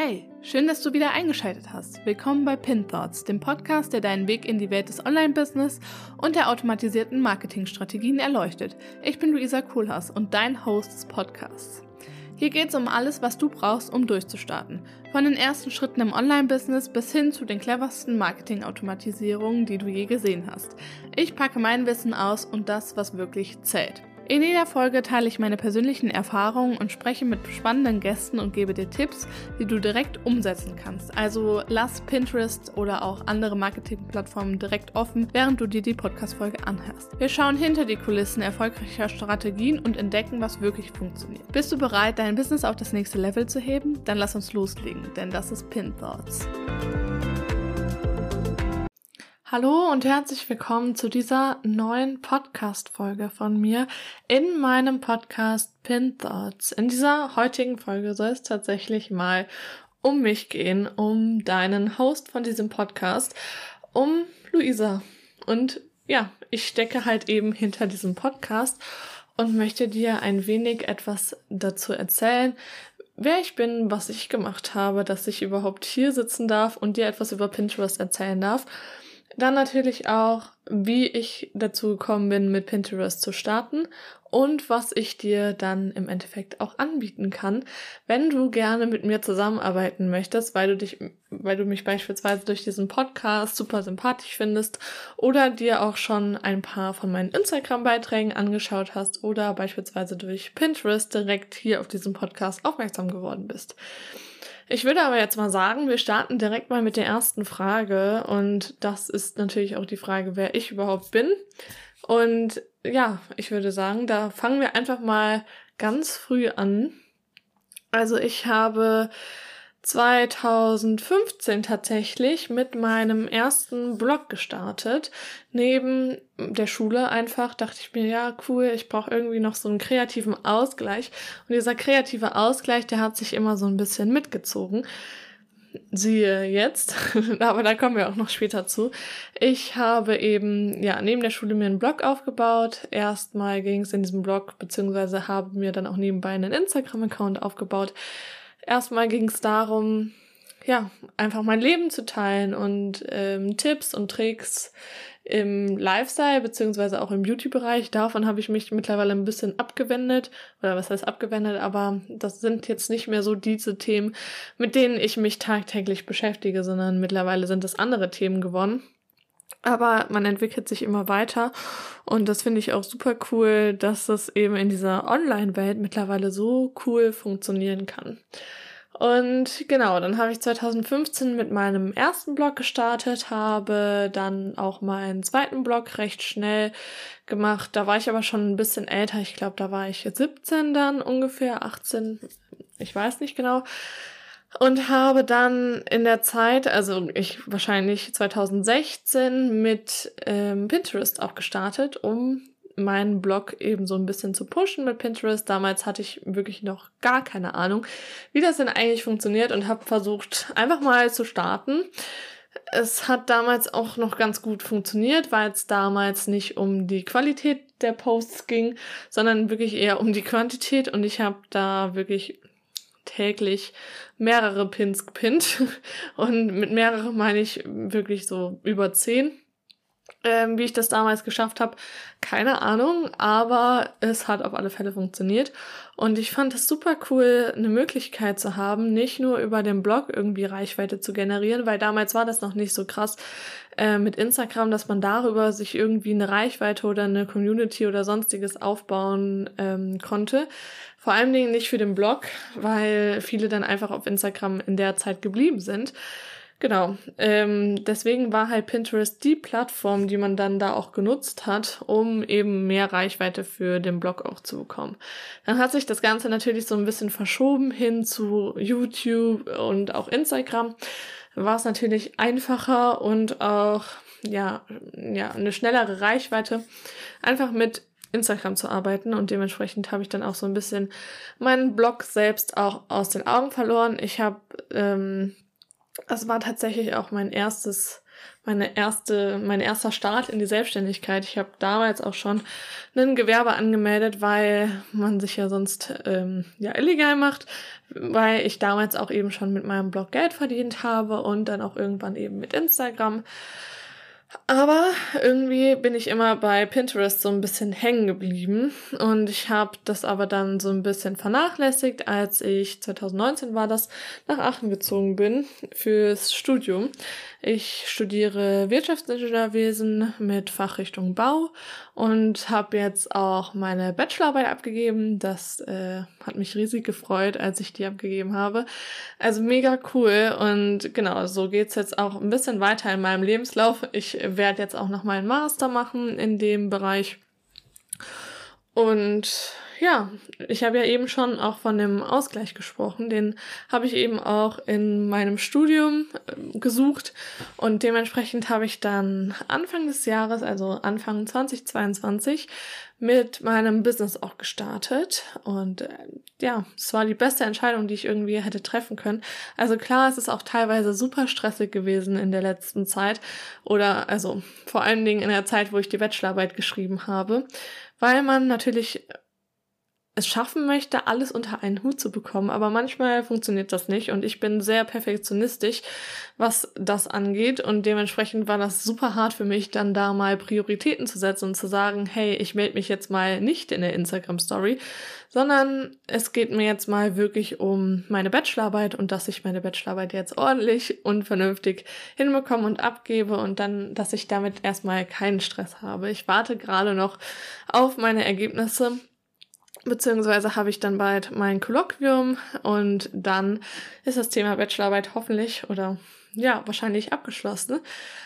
Hey, schön, dass du wieder eingeschaltet hast. Willkommen bei Pin Thoughts, dem Podcast, der deinen Weg in die Welt des Online-Business und der automatisierten Marketingstrategien erleuchtet. Ich bin Luisa Kohlhaas und dein Host des Podcasts. Hier geht es um alles, was du brauchst, um durchzustarten. Von den ersten Schritten im Online-Business bis hin zu den cleversten Marketing-Automatisierungen, die du je gesehen hast. Ich packe mein Wissen aus und das, was wirklich zählt. In jeder Folge teile ich meine persönlichen Erfahrungen und spreche mit spannenden Gästen und gebe dir Tipps, die du direkt umsetzen kannst. Also lass Pinterest oder auch andere Marketingplattformen direkt offen, während du dir die Podcast-Folge anhörst. Wir schauen hinter die Kulissen erfolgreicher Strategien und entdecken, was wirklich funktioniert. Bist du bereit, dein Business auf das nächste Level zu heben? Dann lass uns loslegen, denn das ist Pin Thoughts. Hallo und herzlich willkommen zu dieser neuen Podcast-Folge von mir in meinem Podcast Pin Thoughts. In dieser heutigen Folge soll es tatsächlich mal um mich gehen, um deinen Host von diesem Podcast, um Luisa. Und ja, ich stecke halt eben hinter diesem Podcast und möchte dir ein wenig etwas dazu erzählen, wer ich bin, was ich gemacht habe, dass ich überhaupt hier sitzen darf und dir etwas über Pinterest erzählen darf. Dann natürlich auch, wie ich dazu gekommen bin, mit Pinterest zu starten und was ich dir dann im Endeffekt auch anbieten kann, wenn du gerne mit mir zusammenarbeiten möchtest, weil du mich beispielsweise durch diesen Podcast super sympathisch findest oder dir auch schon ein paar von meinen Instagram-Beiträgen angeschaut hast oder beispielsweise durch Pinterest direkt hier auf diesen Podcast aufmerksam geworden bist. Ich würde aber jetzt mal sagen, wir starten direkt mal mit der ersten Frage und das ist natürlich auch die Frage, wer ich überhaupt bin. Und ja, ich würde sagen, da fangen wir einfach mal ganz früh an. Also ich habe 2015 tatsächlich mit meinem ersten Blog gestartet. Neben der Schule einfach dachte ich mir, ja cool, ich brauche irgendwie noch so einen kreativen Ausgleich. Und dieser kreative Ausgleich, der hat sich immer so ein bisschen mitgezogen. Siehe jetzt, aber da kommen wir auch noch später zu. Ich habe eben neben der Schule mir einen Blog aufgebaut. Erstmal ging es in diesem Blog, beziehungsweise habe mir dann auch nebenbei einen Instagram-Account aufgebaut. Erstmal ging es darum, einfach mein Leben zu teilen und Tipps und Tricks im Lifestyle beziehungsweise auch im Beauty-Bereich. Davon habe ich mich mittlerweile ein bisschen abgewendet. Oder was heißt abgewendet? Aber das sind jetzt nicht mehr so diese Themen, mit denen ich mich tagtäglich beschäftige, sondern mittlerweile sind es andere Themen geworden. Aber man entwickelt sich immer weiter und das finde ich auch super cool, dass das eben in dieser Online-Welt mittlerweile so cool funktionieren kann. Und genau, dann habe ich 2015 mit meinem ersten Blog gestartet, habe dann auch meinen zweiten Blog recht schnell gemacht. Da war ich aber schon ein bisschen älter, ich glaube, da war ich 17 dann ungefähr, 18, ich weiß nicht genau. Und habe dann in der Zeit, also ich wahrscheinlich 2016 mit Pinterest auch gestartet, um meinen Blog eben so ein bisschen zu pushen mit Pinterest. Damals hatte ich wirklich noch gar keine Ahnung, wie das denn eigentlich funktioniert und habe versucht, einfach mal zu starten. Es hat damals auch noch ganz gut funktioniert, weil es damals nicht um die Qualität der Posts ging, sondern wirklich eher um die Quantität und ich habe da wirklich täglich mehrere Pins gepinnt und mit mehreren meine ich wirklich so über 10. Wie ich das damals geschafft habe, keine Ahnung, aber es hat auf alle Fälle funktioniert und ich fand es super cool, eine Möglichkeit zu haben, nicht nur über den Blog irgendwie Reichweite zu generieren, weil damals war das noch nicht so krass mit Instagram, dass man darüber sich irgendwie eine Reichweite oder eine Community oder sonstiges aufbauen konnte. Vor allen Dingen nicht für den Blog, weil viele dann einfach auf Instagram in der Zeit geblieben sind. Genau, deswegen war halt Pinterest die Plattform, die man dann da auch genutzt hat, um eben mehr Reichweite für den Blog auch zu bekommen. Dann hat sich das Ganze natürlich so ein bisschen verschoben hin zu YouTube und auch Instagram. Da war es natürlich einfacher und auch eine schnellere Reichweite, einfach mit Instagram zu arbeiten und dementsprechend habe ich dann auch so ein bisschen meinen Blog selbst auch aus den Augen verloren. Ich habe das war tatsächlich auch mein erstes mein erster Start in die Selbstständigkeit. Ich habe damals auch schon ein Gewerbe angemeldet, weil man sich ja sonst illegal macht, weil ich damals auch eben schon mit meinem Blog Geld verdient habe und dann auch irgendwann eben mit Instagram. Aber irgendwie bin ich immer bei Pinterest so ein bisschen hängen geblieben und ich habe das aber dann so ein bisschen vernachlässigt, als ich 2019 war das, nach Aachen gezogen bin fürs Studium. Ich studiere Wirtschaftsingenieurwesen mit Fachrichtung Bau und habe jetzt auch meine Bachelorarbeit abgegeben. Das hat mich riesig gefreut, als ich die abgegeben habe. Also mega cool und genau, so geht's jetzt auch ein bisschen weiter in meinem Lebenslauf. Ich werde jetzt auch noch mal einen Master machen in dem Bereich. Und ja, ich habe ja eben schon auch von dem Ausgleich gesprochen. Den habe ich eben auch in meinem Studium gesucht. Und dementsprechend habe ich dann Anfang des Jahres, also Anfang 2022, mit meinem Business auch gestartet. Und es war die beste Entscheidung, die ich irgendwie hätte treffen können. Also klar, es ist auch teilweise super stressig gewesen in der letzten Zeit. Oder also vor allen Dingen in der Zeit, wo ich die Bachelorarbeit geschrieben habe. Weil man natürlich es schaffen möchte, alles unter einen Hut zu bekommen, aber manchmal funktioniert das nicht und ich bin sehr perfektionistisch, was das angeht und dementsprechend war das super hart für mich, dann da mal Prioritäten zu setzen und zu sagen, hey, ich melde mich jetzt mal nicht in der Instagram-Story, sondern es geht mir jetzt mal wirklich um meine Bachelorarbeit und dass ich meine Bachelorarbeit jetzt ordentlich und vernünftig hinbekomme und abgebe und dann, dass ich damit erstmal keinen Stress habe. Ich warte gerade noch auf meine Ergebnisse, beziehungsweise habe ich dann bald mein Kolloquium und dann ist das Thema Bachelorarbeit hoffentlich oder wahrscheinlich abgeschlossen.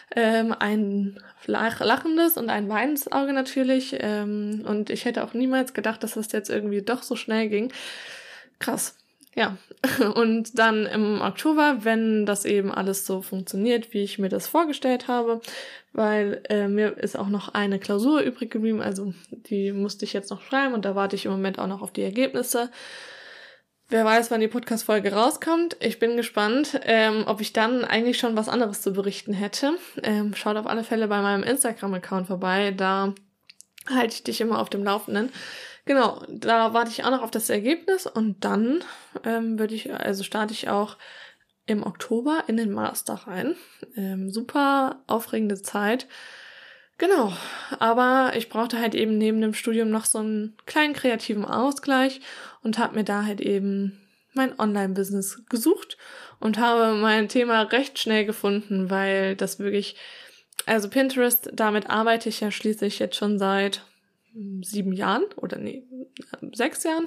Ein lachendes und ein weinendes Auge natürlich und ich hätte auch niemals gedacht, dass das jetzt irgendwie doch so schnell ging. Krass. Ja, und dann im Oktober, wenn das eben alles so funktioniert, wie ich mir das vorgestellt habe, weil mir ist auch noch eine Klausur übrig geblieben, also die musste ich jetzt noch schreiben und da warte ich im Moment auch noch auf die Ergebnisse. Wer weiß, wann die Podcast-Folge rauskommt. Ich bin gespannt, ob ich dann eigentlich schon was anderes zu berichten hätte. Schaut auf alle Fälle bei meinem Instagram-Account vorbei, da halte ich dich immer auf dem Laufenden. Genau, da warte ich auch noch auf das Ergebnis und dann starte ich auch im Oktober in den Master rein. Super aufregende Zeit. Genau, aber ich brauchte halt eben neben dem Studium noch so einen kleinen kreativen Ausgleich und habe mir da halt eben mein Online-Business gesucht und habe mein Thema recht schnell gefunden, weil das wirklich, also Pinterest, damit arbeite ich ja schließlich jetzt schon seit 7 Jahren oder 6 Jahren.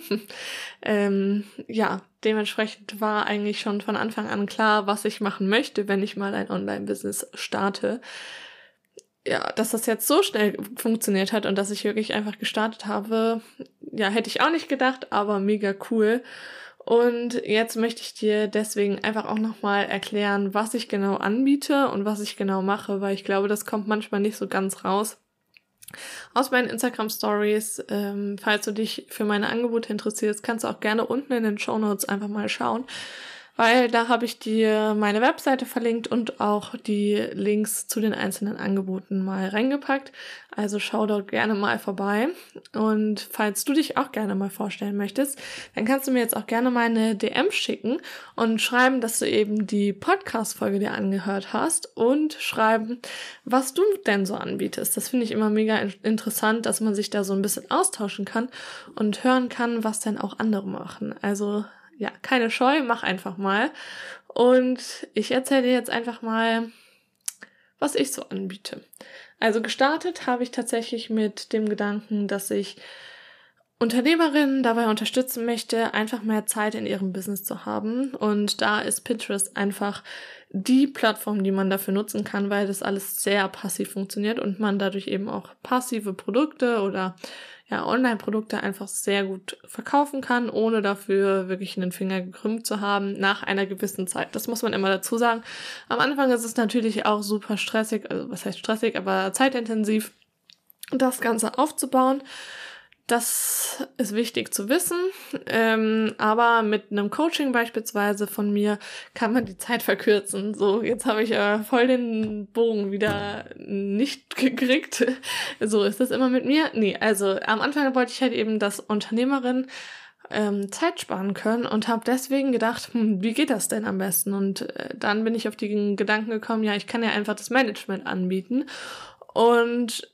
Dementsprechend war eigentlich schon von Anfang an klar, was ich machen möchte, wenn ich mal ein Online-Business starte. Ja, dass das jetzt so schnell funktioniert hat und dass ich wirklich einfach gestartet habe, ja, hätte ich auch nicht gedacht, aber mega cool. Und jetzt möchte ich dir deswegen einfach auch nochmal erklären, was ich genau anbiete und was ich genau mache, weil ich glaube, das kommt manchmal nicht so ganz raus aus meinen Instagram-Stories. Falls du dich für meine Angebote interessierst, kannst du auch gerne unten in den Shownotes einfach mal schauen, weil da habe ich dir meine Webseite verlinkt und auch die Links zu den einzelnen Angeboten mal reingepackt. Also schau dort gerne mal vorbei. Und falls du dich auch gerne mal vorstellen möchtest, dann kannst du mir jetzt auch gerne mal eine DM schicken und schreiben, dass du eben die Podcast-Folge dir angehört hast und schreiben, was du denn so anbietest. Das finde ich immer mega interessant, dass man sich da so ein bisschen austauschen kann und hören kann, was denn auch andere machen. Also ja, keine Scheu, mach einfach mal. Und ich erzähle dir jetzt einfach mal, was ich so anbiete. Also gestartet habe ich tatsächlich mit dem Gedanken, dass ich Unternehmerinnen dabei unterstützen möchte, einfach mehr Zeit in ihrem Business zu haben. Und da ist Pinterest einfach die Plattform, die man dafür nutzen kann, weil das alles sehr passiv funktioniert und man dadurch eben auch passive Produkte oder Online-Produkte einfach sehr gut verkaufen kann, ohne dafür wirklich einen Finger gekrümmt zu haben nach einer gewissen Zeit. Das muss man immer dazu sagen. Am Anfang ist es natürlich auch super stressig, also was heißt stressig, aber zeitintensiv, das Ganze aufzubauen. Das ist wichtig zu wissen, aber mit einem Coaching beispielsweise von mir kann man die Zeit verkürzen. So, jetzt habe ich voll den Bogen wieder nicht gekriegt. So ist das immer mit mir. Nee, also am Anfang wollte ich halt eben, dass Unternehmerinnen Zeit sparen können und habe deswegen gedacht, wie geht das denn am besten? Und dann bin ich auf den Gedanken gekommen, ja, ich kann ja einfach das Management anbieten und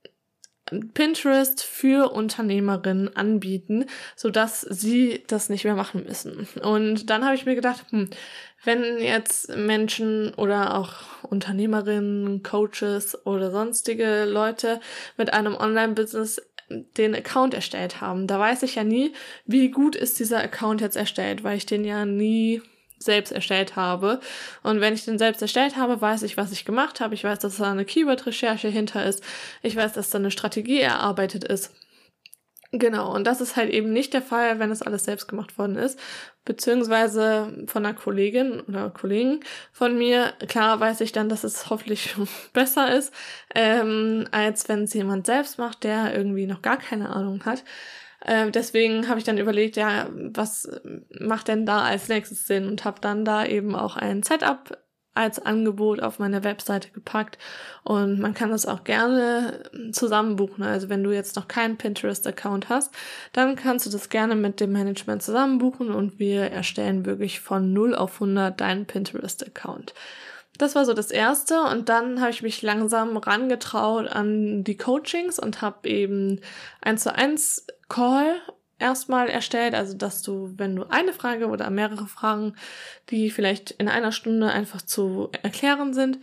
Pinterest für Unternehmerinnen anbieten, sodass sie das nicht mehr machen müssen. Und dann habe ich mir gedacht, wenn jetzt Menschen oder auch Unternehmerinnen, Coaches oder sonstige Leute mit einem Online-Business den Account erstellt haben, da weiß ich ja nie, wie gut ist dieser Account jetzt erstellt, weil ich den ja nie selbst erstellt habe. Und wenn ich den selbst erstellt habe, weiß ich, was ich gemacht habe. Ich weiß, dass da eine Keyword-Recherche hinter ist. Ich weiß, dass da eine Strategie erarbeitet ist. Genau, und das ist halt eben nicht der Fall, wenn es alles selbst gemacht worden ist, beziehungsweise von einer Kollegin oder Kollegen von mir. Klar weiß ich dann, dass es hoffentlich besser ist, als wenn es jemand selbst macht, der irgendwie noch gar keine Ahnung hat. Deswegen habe ich dann überlegt, ja, was macht denn da als nächstes Sinn und habe dann da eben auch ein Setup als Angebot auf meine Webseite gepackt und man kann das auch gerne zusammen buchen. Also wenn du jetzt noch keinen Pinterest-Account hast, dann kannst du das gerne mit dem Management zusammen buchen und wir erstellen wirklich von 0 auf 100 deinen Pinterest-Account. Das war so das Erste und dann habe ich mich langsam rangetraut an die Coachings und habe eben 1:1 Call erstmal erstellt, also dass du, wenn du eine Frage oder mehrere Fragen, die vielleicht in einer Stunde einfach zu erklären sind,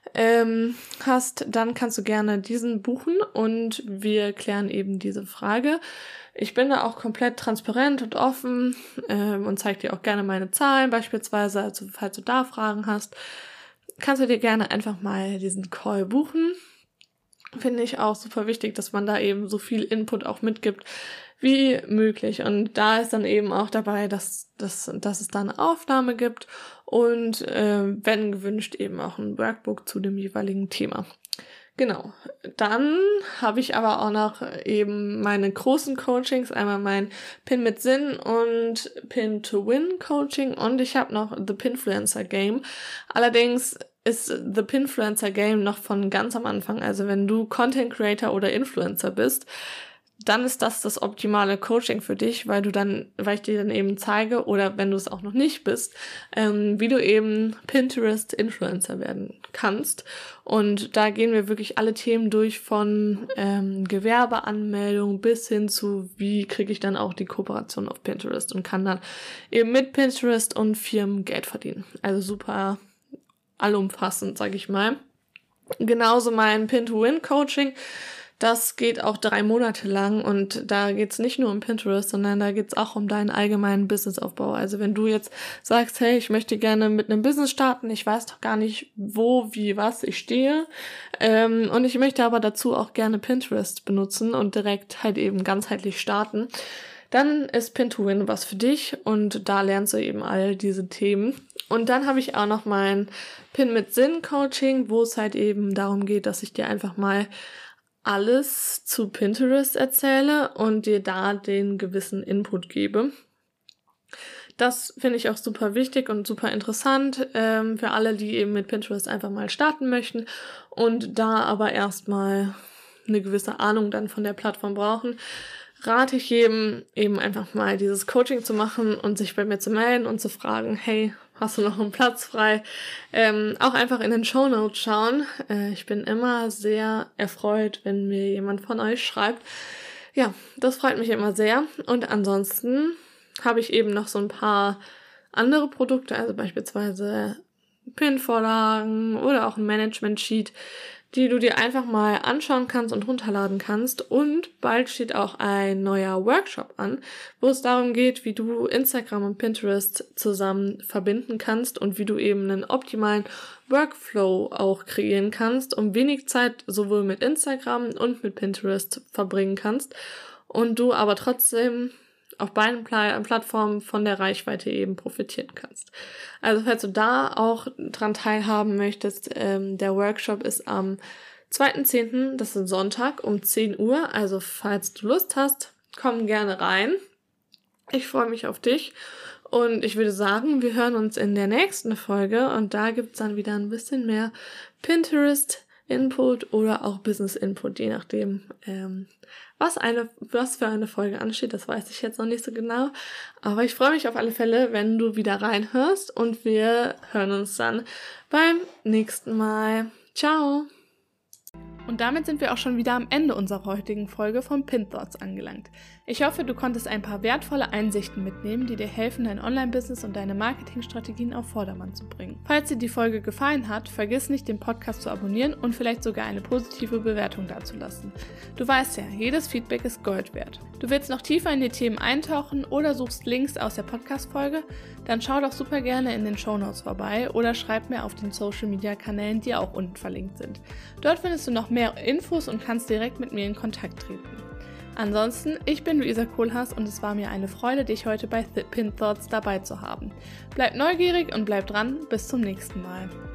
hast, dann kannst du gerne diesen buchen und wir klären eben diese Frage. Ich bin da auch komplett transparent und offen und zeige dir auch gerne meine Zahlen beispielsweise, also falls du da Fragen hast, kannst du dir gerne einfach mal diesen Call buchen. Finde ich auch super wichtig, dass man da eben so viel Input auch mitgibt wie möglich. Und da ist dann eben auch dabei, dass es da eine Aufnahme gibt und wenn gewünscht eben auch ein Workbook zu dem jeweiligen Thema. Genau. Dann habe ich aber auch noch eben meine großen Coachings, einmal mein Pin mit Sinn und Pin to Win Coaching und ich habe noch The Pinfluencer Game. Allerdings ist The Pinfluencer Game noch von ganz am Anfang. Also wenn du Content Creator oder Influencer bist, dann ist das optimale Coaching für dich, weil ich dir dann eben zeige, oder wenn du es auch noch nicht bist, wie du eben Pinterest-Influencer werden kannst. Und da gehen wir wirklich alle Themen durch, von Gewerbeanmeldung bis hin zu, wie kriege ich dann auch die Kooperation auf Pinterest und kann dann eben mit Pinterest und Firmen Geld verdienen. Also super allumfassend, sag ich mal. Genauso mein Pin-to-Win-Coaching. Das geht auch 3 Monate lang und da geht's nicht nur um Pinterest, sondern da geht's auch um deinen allgemeinen Businessaufbau. Also wenn du jetzt sagst, hey, ich möchte gerne mit einem Business starten, ich weiß doch gar nicht, wo, wie, was ich stehe und ich möchte aber dazu auch gerne Pinterest benutzen und direkt halt eben ganzheitlich starten, dann ist Pin-to-Win was für dich und da lernst du eben all diese Themen. Und dann habe ich auch noch mein Pin mit Sinn Coaching, wo es halt eben darum geht, dass ich dir einfach mal alles zu Pinterest erzähle und dir da den gewissen Input gebe. Das finde ich auch super wichtig und super interessant für alle, die eben mit Pinterest einfach mal starten möchten und da aber erstmal eine gewisse Ahnung dann von der Plattform brauchen. Rate ich jedem eben einfach mal dieses Coaching zu machen und sich bei mir zu melden und zu fragen, hey, hast du noch einen Platz frei? Auch einfach in den Shownotes schauen. Ich bin immer sehr erfreut, wenn mir jemand von euch schreibt. Ja, das freut mich immer sehr. Und ansonsten habe ich eben noch so ein paar andere Produkte, also beispielsweise Pin-Vorlagen oder auch ein Management-Sheet, die du dir einfach mal anschauen kannst und runterladen kannst. Und bald steht auch ein neuer Workshop an, wo es darum geht, wie du Instagram und Pinterest zusammen verbinden kannst und wie du eben einen optimalen Workflow auch kreieren kannst, um wenig Zeit sowohl mit Instagram und mit Pinterest verbringen kannst und du aber trotzdem auf beiden Plattformen von der Reichweite eben profitieren kannst. Also falls du da auch dran teilhaben möchtest, der Workshop ist am 2.10., das ist Sonntag um 10 Uhr. Also falls du Lust hast, Komm gerne rein. Ich freue mich auf dich und ich würde sagen, wir hören uns in der nächsten Folge und da gibt's dann wieder ein bisschen mehr Pinterest-Input oder auch Business-Input, je nachdem, was für eine Folge ansteht, das weiß ich jetzt noch nicht so genau. Aber ich freue mich auf alle Fälle, wenn du wieder reinhörst und wir hören uns dann beim nächsten Mal. Ciao! Und damit sind wir auch schon wieder am Ende unserer heutigen Folge von Pin Thoughts angelangt. Ich hoffe, du konntest ein paar wertvolle Einsichten mitnehmen, die dir helfen, dein Online-Business und deine Marketingstrategien auf Vordermann zu bringen. Falls dir die Folge gefallen hat, vergiss nicht, den Podcast zu abonnieren und vielleicht sogar eine positive Bewertung dazulassen. Du weißt ja, jedes Feedback ist Gold wert. Du willst noch tiefer in die Themen eintauchen oder suchst Links aus der Podcast-Folge? Dann schau doch super gerne in den Shownotes vorbei oder schreib mir auf den Social-Media-Kanälen, die auch unten verlinkt sind. Dort findest du noch mehr Infos und kannst direkt mit mir in Kontakt treten. Ansonsten, ich bin Luisa Kohlhaas und es war mir eine Freude, dich heute bei Pin Thoughts dabei zu haben. Bleib neugierig und bleib dran, bis zum nächsten Mal.